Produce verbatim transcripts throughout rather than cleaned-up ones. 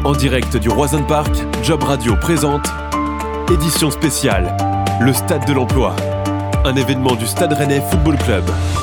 En direct du Roison Park, Job Radio présente édition spéciale, le Stade de l'Emploi, un événement du Stade Rennais Football Club.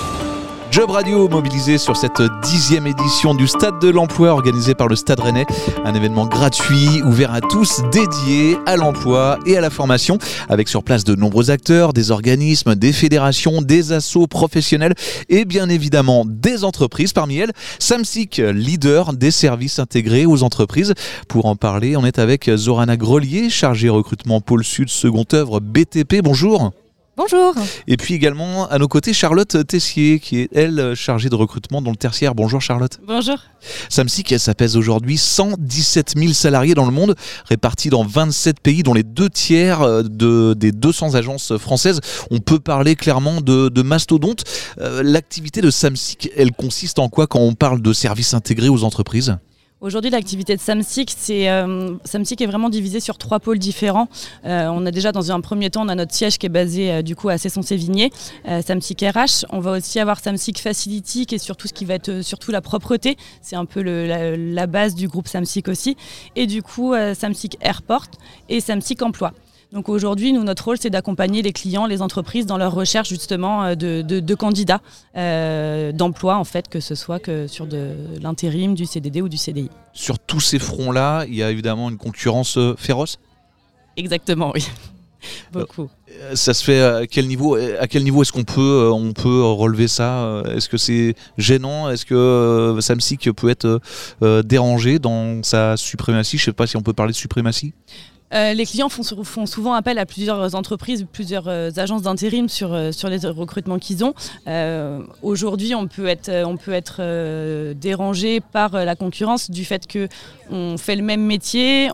Job Radio mobilisé sur cette dixième édition du Stade de l'Emploi organisé par le Stade Rennais, un événement gratuit, ouvert à tous, dédié à l'emploi et à la formation, avec sur place de nombreux acteurs, des organismes, des fédérations, des assos professionnels et bien évidemment des entreprises. Parmi elles, Samsic, leader des services intégrés aux entreprises. Pour en parler, on est avec Zorana Grelier, chargée recrutement Pôle Sud, second œuvre B T P. Bonjour. Bonjour. Et puis également à nos côtés Charlotte Tessier qui est elle chargée de recrutement dans le tertiaire. Bonjour Charlotte. Bonjour. Samsic, ça pèse aujourd'hui cent dix-sept mille salariés dans le monde, répartis dans vingt-sept pays, dont les deux tiers de, des deux cents agences françaises. On peut parler clairement de, de mastodonte. Euh, l'activité de Samsic, elle consiste en quoi quand on parle de services intégrés aux entreprises ? Aujourd'hui, l'activité de Samsic, c'est, euh, Samsic est vraiment divisée sur trois pôles différents. Euh, on a déjà, dans un premier temps, on a notre siège qui est basé euh, du coup à Cesson-Sévigné, euh, Samsic R H. On va aussi avoir Samsic Facility, qui est surtout ce qui va être euh, surtout la propreté. C'est un peu le, la, la base du groupe Samsic aussi. Et du coup, euh, Samsic Airport et Samsic Emploi. Donc aujourd'hui, nous, notre rôle, c'est d'accompagner les clients, les entreprises dans leur recherche justement de, de, de candidats euh, d'emploi, en fait, que ce soit que sur de l'intérim, du C D D ou du C D I. Sur tous ces fronts-là, il y a évidemment une concurrence euh, féroce ? Exactement, oui. Beaucoup. Euh, ça se fait à quel niveau ? À quel niveau est-ce qu'on peut, euh, on peut relever ça ? Est-ce que c'est gênant ? Est-ce que euh, Samsic peut être euh, dérangé dans sa suprématie ? Je ne sais pas si on peut parler de suprématie. Euh, les clients font, font souvent appel à plusieurs entreprises, plusieurs euh, agences d'intérim sur, euh, sur les recrutements qu'ils ont. Euh, aujourd'hui, on peut être, on peut être euh, dérangé par euh, la concurrence du fait qu'on fait le même métier.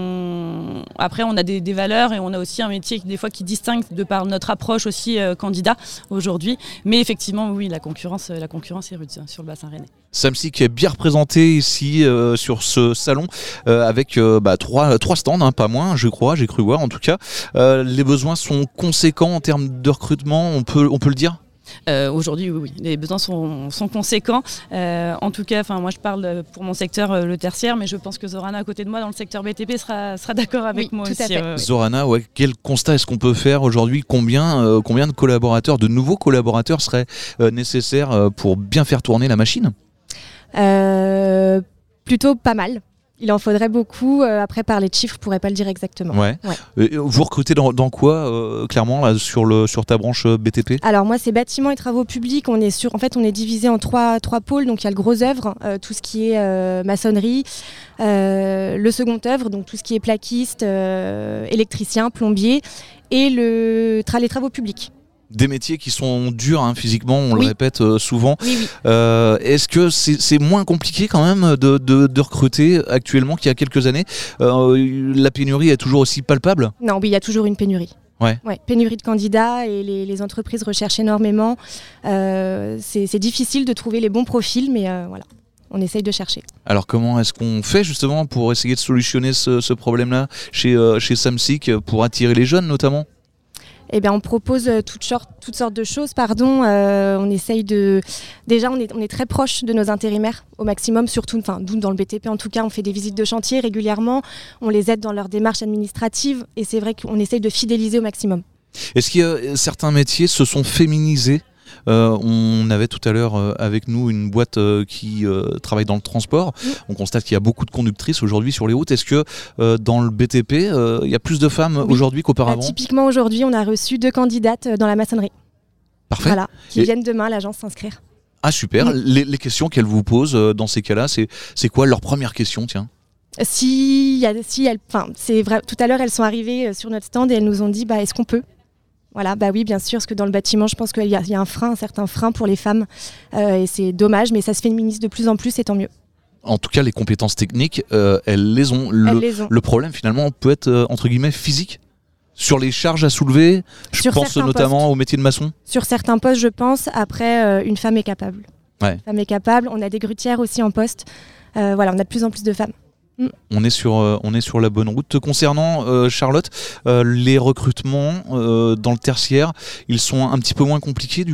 On... Après, on a des, des valeurs et on a aussi un métier des fois qui distingue de par notre approche aussi euh, candidat aujourd'hui. Mais effectivement, oui, la concurrence, la concurrence est rude sur le bassin rennais. Samsic est bien représenté ici euh, sur ce salon euh, avec euh, bah, trois, trois stands, hein, pas moins, je crois, j'ai cru voir en tout cas. Euh, les besoins sont conséquents en termes de recrutement, on peut, on peut le dire ? Euh, aujourd'hui, oui, oui, les besoins sont, sont conséquents. Euh, en tout cas, moi je parle pour mon secteur, euh, le tertiaire, mais je pense que Zorana à côté de moi dans le secteur B T P sera, sera d'accord avec oui, moi tout aussi. À fait. Euh, Zorana, ouais, quel constat est-ce qu'on peut faire aujourd'hui ? Combien, euh, combien de collaborateurs, de nouveaux collaborateurs seraient euh, nécessaires euh, pour bien faire tourner la machine ? Euh, plutôt pas mal. Il en faudrait beaucoup. Euh, après, parler de chiffres, je ne pourrais pas le dire exactement. Ouais. Ouais. Et vous recrutez dans, dans quoi, euh, clairement, là, sur, le, sur ta branche B T P ? Alors moi, c'est bâtiments et travaux publics. On est sur, en fait, on est divisé en trois, trois pôles. Donc il y a le gros œuvre, euh, tout ce qui est euh, maçonnerie. Euh, le second œuvre, donc tout ce qui est plaquiste, euh, électricien, plombier. Et le tra- les travaux publics. Des métiers qui sont durs hein, physiquement, on oui. le répète euh, souvent. Oui, oui. Euh, est-ce que c'est, c'est moins compliqué quand même de, de, de recruter actuellement qu'il y a quelques années ? euh, La pénurie est toujours aussi palpable ? Non, oui, il y a toujours une pénurie. Ouais. Ouais, pénurie de candidats et les, les entreprises recherchent énormément. Euh, c'est, c'est difficile de trouver les bons profils, mais euh, voilà. On essaye de chercher. Alors comment est-ce qu'on fait justement pour essayer de solutionner ce, ce problème-là chez, euh, chez Samsic pour attirer les jeunes notamment ? Eh bien, on propose toutes sortes, toutes sortes de choses. Pardon. Euh, on essaye de. Déjà, on est, on est très proche de nos intérimaires au maximum, surtout, enfin, nous dans le B T P en tout cas, on fait des visites de chantier régulièrement. On les aide dans leur démarche administrative et c'est vrai qu'on essaye de fidéliser au maximum. Est-ce qu'il y a certains métiers se sont féminisés ? Euh, on avait tout à l'heure euh, avec nous une boîte euh, qui euh, travaille dans le transport. Mmh. On constate qu'il y a beaucoup de conductrices aujourd'hui sur les routes. Est-ce que euh, dans le B T P, euh, il y a plus de femmes oui. aujourd'hui qu'auparavant ? Bah, Typiquement aujourd'hui, on a reçu deux candidates dans la maçonnerie. Parfait. Voilà, qui Et... viennent demain à l'agence s'inscrire. Ah super. Mmh. Les, les questions qu'elles vous posent euh, dans ces cas-là, c'est, c'est quoi leur première question, tiens ? Si, y a, si elles, c'est vrai, tout à l'heure, elles sont arrivées sur notre stand et elles nous ont dit bah, est-ce qu'on peut ? Voilà, bah oui, bien sûr, parce que dans le bâtiment, je pense qu'il y a, il y a un frein, un certain frein pour les femmes, euh, et c'est dommage, mais ça se féminise de plus en plus, et tant mieux. En tout cas, les compétences techniques, euh, elles les ont. Le, elles les ont. Le problème, finalement, peut être euh, entre guillemets physique. Sur les charges à soulever, je Sur pense notamment postes. au métier de maçon. Sur certains postes, je pense. Après, euh, une femme est capable. Ouais. Une femme est capable. On a des grutières aussi en poste. Euh, voilà, on a de plus en plus de femmes. Mm. On est sur, euh, on est sur la bonne route. Concernant euh, Charlotte, euh, les recrutements euh, dans le tertiaire, ils sont un petit peu moins compliqués du coup ?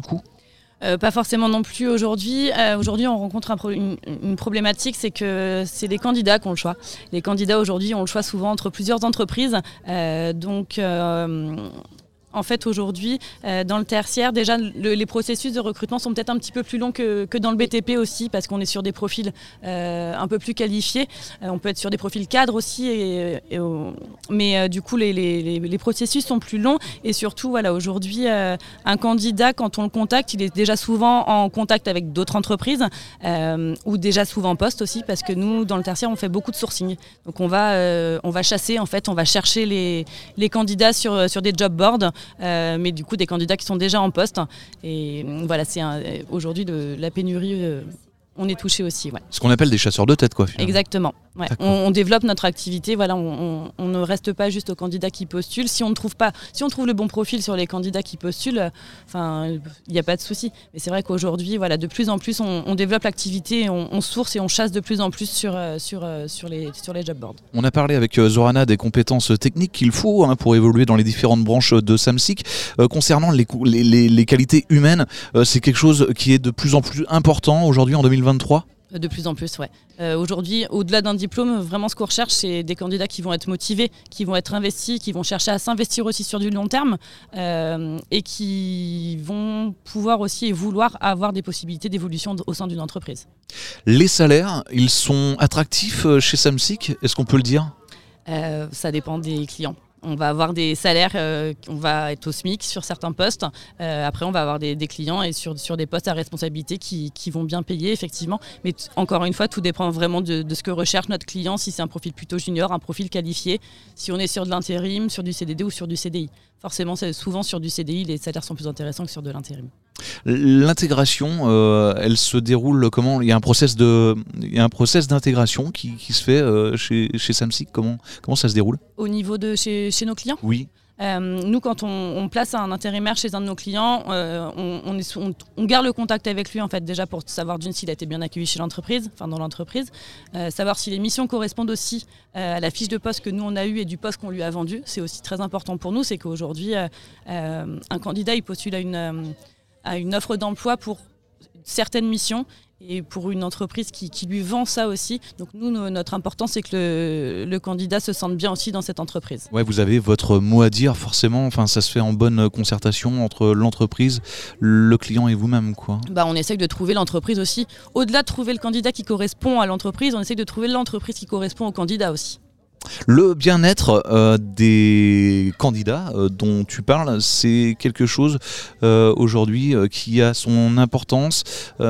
Euh, pas forcément non plus aujourd'hui. Euh, aujourd'hui, on rencontre un pro- une, une problématique, c'est que c'est les candidats qui ont le choix. Les candidats aujourd'hui ont le choix souvent entre plusieurs entreprises. Euh, donc, euh, en fait, aujourd'hui, euh, dans le tertiaire, déjà, le, les processus de recrutement sont peut-être un petit peu plus longs que, que dans le B T P aussi, parce qu'on est sur des profils euh, un peu plus qualifiés. Euh, on peut être sur des profils cadres aussi, et, et, euh, mais euh, du coup, les, les, les processus sont plus longs. Et surtout, voilà, aujourd'hui, euh, un candidat, quand on le contacte, il est déjà souvent en contact avec d'autres entreprises, euh, ou déjà souvent en poste aussi, parce que nous, dans le tertiaire, on fait beaucoup de sourcing. Donc, on va, euh, on va chasser, en fait, on va chercher les, les candidats sur, sur des job boards. Euh, mais du coup des candidats qui sont déjà en poste et voilà, c'est un, aujourd'hui de la pénurie, euh, on est touché aussi. Ouais. Ce qu'on appelle des chasseurs de tête, quoi. Finalement. Exactement. Ouais. On, on développe notre activité. Voilà, on, on, on ne reste pas juste aux candidats qui postulent. Si on ne trouve pas, si on trouve le bon profil sur les candidats qui postulent, enfin, il n'y a pas de souci. Mais c'est vrai qu'aujourd'hui, voilà, de plus en plus, on, on développe l'activité, on, on source et on chasse de plus en plus sur sur sur les sur les job boards. On a parlé avec Zorana des compétences techniques qu'il faut hein, pour évoluer dans les différentes branches de Samsic. Euh, concernant les, les, les, les qualités humaines, euh, c'est quelque chose qui est de plus en plus important aujourd'hui en deux mille vingt-trois. De plus en plus, ouais. Euh, aujourd'hui, au-delà d'un diplôme, vraiment ce qu'on recherche, c'est des candidats qui vont être motivés, qui vont être investis, qui vont chercher à s'investir aussi sur du long terme euh, et qui vont pouvoir aussi et vouloir avoir des possibilités d'évolution au sein d'une entreprise. Les salaires, ils sont attractifs chez Samsic, est-ce qu'on peut le dire ? euh, Ça dépend des clients. On va avoir des salaires, euh, on va être au SMIC sur certains postes. Euh, après, on va avoir des, des clients et sur, sur des postes à responsabilité qui, qui vont bien payer, effectivement. Mais t- encore une fois, tout dépend vraiment de, de ce que recherche notre client, si c'est un profil plutôt junior, un profil qualifié, si on est sur de l'intérim, sur du C D D ou sur du C D I. Forcément, c'est souvent sur du C D I, les salaires sont plus intéressants que sur de l'intérim. L'intégration, euh, elle se déroule comment ? Il y a un process de, il y a un process d'intégration qui, qui se fait euh, chez, chez Samsic. Comment, comment ça se déroule ? Au niveau de chez, chez nos clients ? Oui. Euh, nous, quand on, on place un intérimaire chez un de nos clients, euh, on, on, est, on, on garde le contact avec lui en fait déjà pour savoir d'une s'il a été bien accueilli chez l'entreprise, enfin dans l'entreprise, euh, savoir si les missions correspondent aussi euh, à la fiche de poste que nous on a eue et du poste qu'on lui a vendu. C'est aussi très important pour nous, c'est qu'aujourd'hui euh, euh, un candidat il postule à une euh, à une offre d'emploi pour certaines missions et pour une entreprise qui, qui lui vend ça aussi. Donc nous, notre important, c'est que le, le candidat se sente bien aussi dans cette entreprise. Ouais, vous avez votre mot à dire forcément, enfin, ça se fait en bonne concertation entre l'entreprise, le client et vous-même, quoi. Bah, on essaye de trouver l'entreprise aussi. Au-delà de trouver le candidat qui correspond à l'entreprise, on essaye de trouver l'entreprise qui correspond au candidat aussi. Le bien-être euh, des candidats euh, dont tu parles, c'est quelque chose euh, aujourd'hui euh, qui a son importance.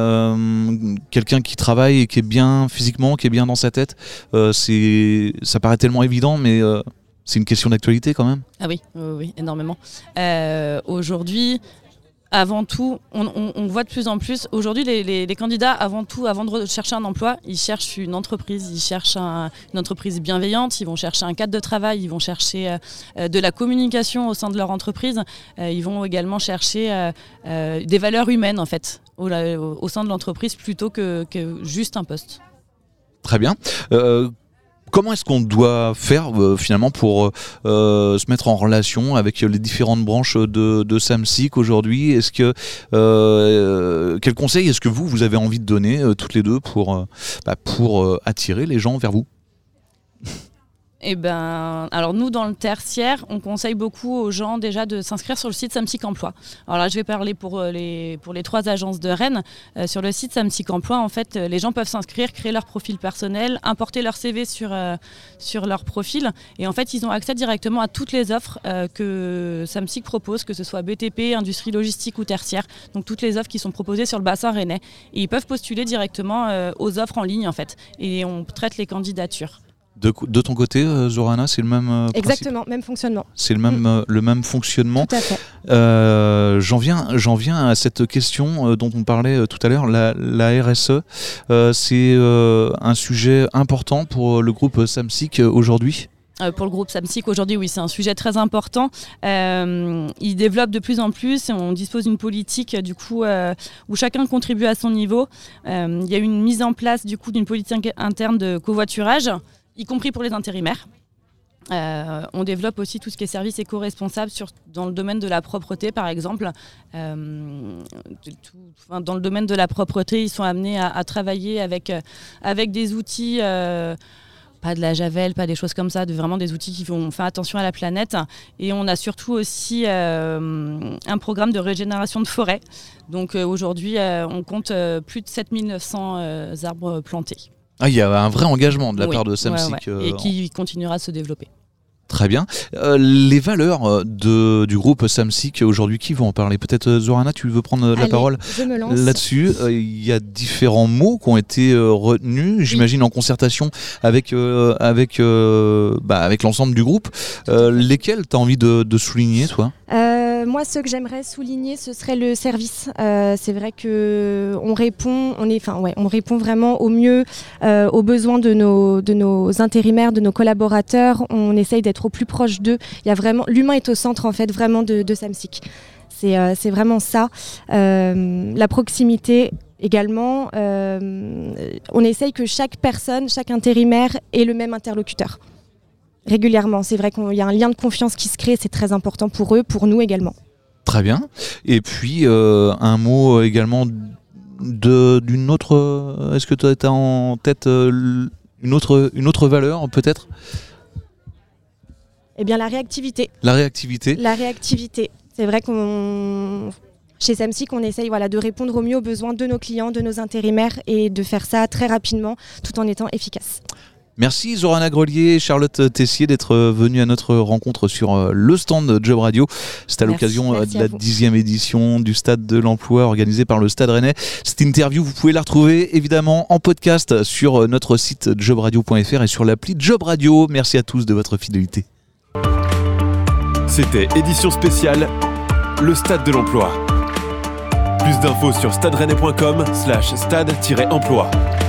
Euh, quelqu'un qui travaille et qui est bien physiquement, qui est bien dans sa tête, euh, c'est, ça paraît tellement évident, mais euh, c'est une question d'actualité quand même. Ah oui, oui, oui énormément. Euh, aujourd'hui... Avant tout, on, on, on voit de plus en plus, aujourd'hui les, les, les candidats, avant tout, avant de chercher un emploi, ils cherchent une entreprise, ils cherchent un, une entreprise bienveillante, ils vont chercher un cadre de travail, ils vont chercher euh, de la communication au sein de leur entreprise, euh, ils vont également chercher euh, euh, des valeurs humaines en fait, au, au, au sein de l'entreprise plutôt que, que juste un poste. Très bien. Euh... Comment est-ce qu'on doit faire euh, finalement pour euh, se mettre en relation avec les différentes branches de, de Samsic aujourd'hui ? Est-ce que euh, quel conseil est-ce que vous vous avez envie de donner euh, toutes les deux pour euh, bah, pour euh, attirer les gens vers vous ? Eh ben, alors nous dans le tertiaire, on conseille beaucoup aux gens déjà de s'inscrire sur le site Samsic Emploi. Alors là, je vais parler pour les pour les trois agences de Rennes. Euh, sur le site Samsic Emploi, en fait, les gens peuvent s'inscrire, créer leur profil personnel, importer leur C V sur euh, sur leur profil, et en fait, ils ont accès directement à toutes les offres euh, que Samsic propose, que ce soit B T P, industrie logistique ou tertiaire. Donc toutes les offres qui sont proposées sur le bassin rennais, et ils peuvent postuler directement euh, aux offres en ligne en fait, et on traite les candidatures. De, de ton côté, euh, Zorana, c'est le même euh, Exactement, principe. même fonctionnement. C'est le même, mmh. euh, le même fonctionnement. Tout à fait. Euh, j'en viens, j'en viens à cette question euh, dont on parlait euh, tout à l'heure, la, la R S E. Euh, c'est euh, un sujet important pour le groupe Samsic euh, aujourd'hui. Euh, pour le groupe Samsic aujourd'hui, oui, c'est un sujet très important. Euh, il développe de plus en plus et on dispose d'une politique du coup euh, où chacun contribue à son niveau. Euh, il y a une mise en place du coup d'une politique interne de covoiturage, y compris pour les intérimaires. Euh, on développe aussi tout ce qui est service éco-responsable sur, dans le domaine de la propreté, par exemple. Euh, tout, enfin, dans le domaine de la propreté, ils sont amenés à, à travailler avec, euh, avec des outils, euh, pas de la javel, pas des choses comme ça, de vraiment des outils qui vont faire attention à la planète. Et on a surtout aussi euh, un programme de régénération de forêt. Donc euh, aujourd'hui, euh, on compte euh, plus de sept mille neuf cents euh, arbres plantés. Ah, il y a un vrai engagement de la oui, part de Samsic. Ouais, ouais. Et qui continuera à se développer. Très bien. Euh, les valeurs de, du groupe Samsic aujourd'hui, qui vont en parler ? Peut-être Zorana, tu veux prendre la Allez, parole je me lance. là-dessus ? Il euh, y a différents mots qui ont été euh, retenus, j'imagine, en concertation avec, euh, avec, euh, bah, avec l'ensemble du groupe. Euh, lesquels tu as envie de, de souligner, toi ? Euh, moi, ce que j'aimerais souligner, ce serait le service. Euh, c'est vrai que on répond, on est, enfin ouais, on répond vraiment au mieux euh, aux besoins de nos, de nos intérimaires, de nos collaborateurs. On essaye d'être au plus proche d'eux. Il y a vraiment, l'humain est au centre en fait, vraiment de, de Samsic. C'est, euh, c'est vraiment ça. Euh, la proximité. Également, euh, on essaye que chaque personne, chaque intérimaire ait le même interlocuteur. Régulièrement, c'est vrai qu'il y a un lien de confiance qui se crée, c'est très important pour eux, pour nous également. Très bien. Et puis, euh, un mot également de, d'une autre... Est-ce que tu as en tête euh, une, autre, une autre valeur, peut-être ? Eh bien, la réactivité. La réactivité. La réactivité. C'est vrai qu'on... Chez Samsic, on essaye voilà, de répondre au mieux aux besoins de nos clients, de nos intérimaires et de faire ça très rapidement, tout en étant efficace. Merci Zorana Grelier et Charlotte Tessier d'être venues à notre rencontre sur le stand Job Radio. C'est à merci, l'occasion merci de la dixième édition du Stade de l'Emploi organisée par le Stade Rennais. Cette interview, vous pouvez la retrouver évidemment en podcast sur notre site job radio point f r et sur l'appli Job Radio. Merci à tous de votre fidélité. C'était édition spéciale, le Stade de l'Emploi. Plus d'infos sur stade rennais point com slash stade tiret emploi.